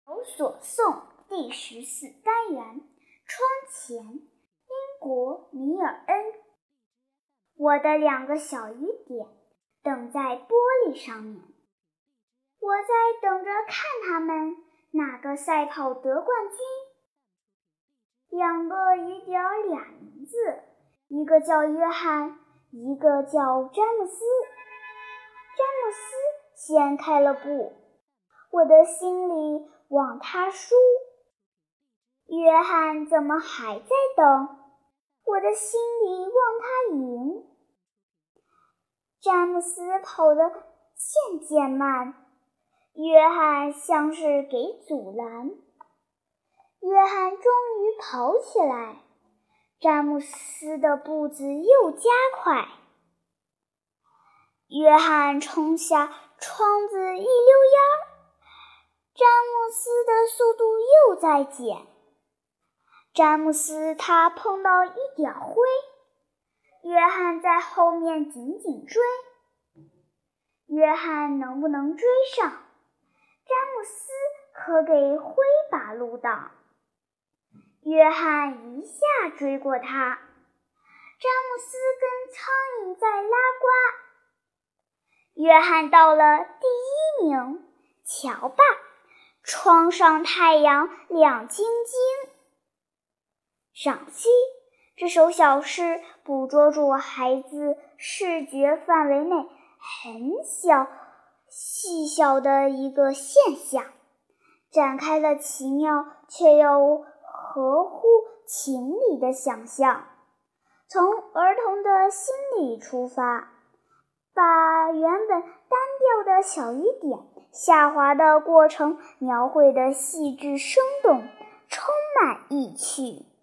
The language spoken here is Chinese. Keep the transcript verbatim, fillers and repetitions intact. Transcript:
有所诵第十四单元，窗前，英国米尔恩。我的两个小雨点等在玻璃上面，我在等着看他们哪个赛跑得冠军。两个雨点俩名字，一个叫约翰，一个叫詹姆斯。詹姆斯先开了步，我的心里往他输。约翰怎么还在等？我的心里望他赢。詹姆斯跑得渐渐慢，约翰像是给阻拦。约翰终于跑起来，詹姆斯的步子又加快。约翰冲下窗子一溜烟儿，詹姆斯的速度又在减。詹姆斯他碰到一点灰，约翰在后面紧紧追。约翰能不能追上？詹姆斯可给灰把路挡。约翰一下追过他，詹姆斯跟苍蝇在拉呱。约翰到了第一名，瞧吧，窗上太阳亮晶晶。赏析：这首小诗捕捉住孩子视觉范围内很小细小的一个现象，展开了奇妙却又合乎情理的想象。从儿童的心理出发，把原本单调的小雨点下滑的过程描绘得细致生动，充满意趣。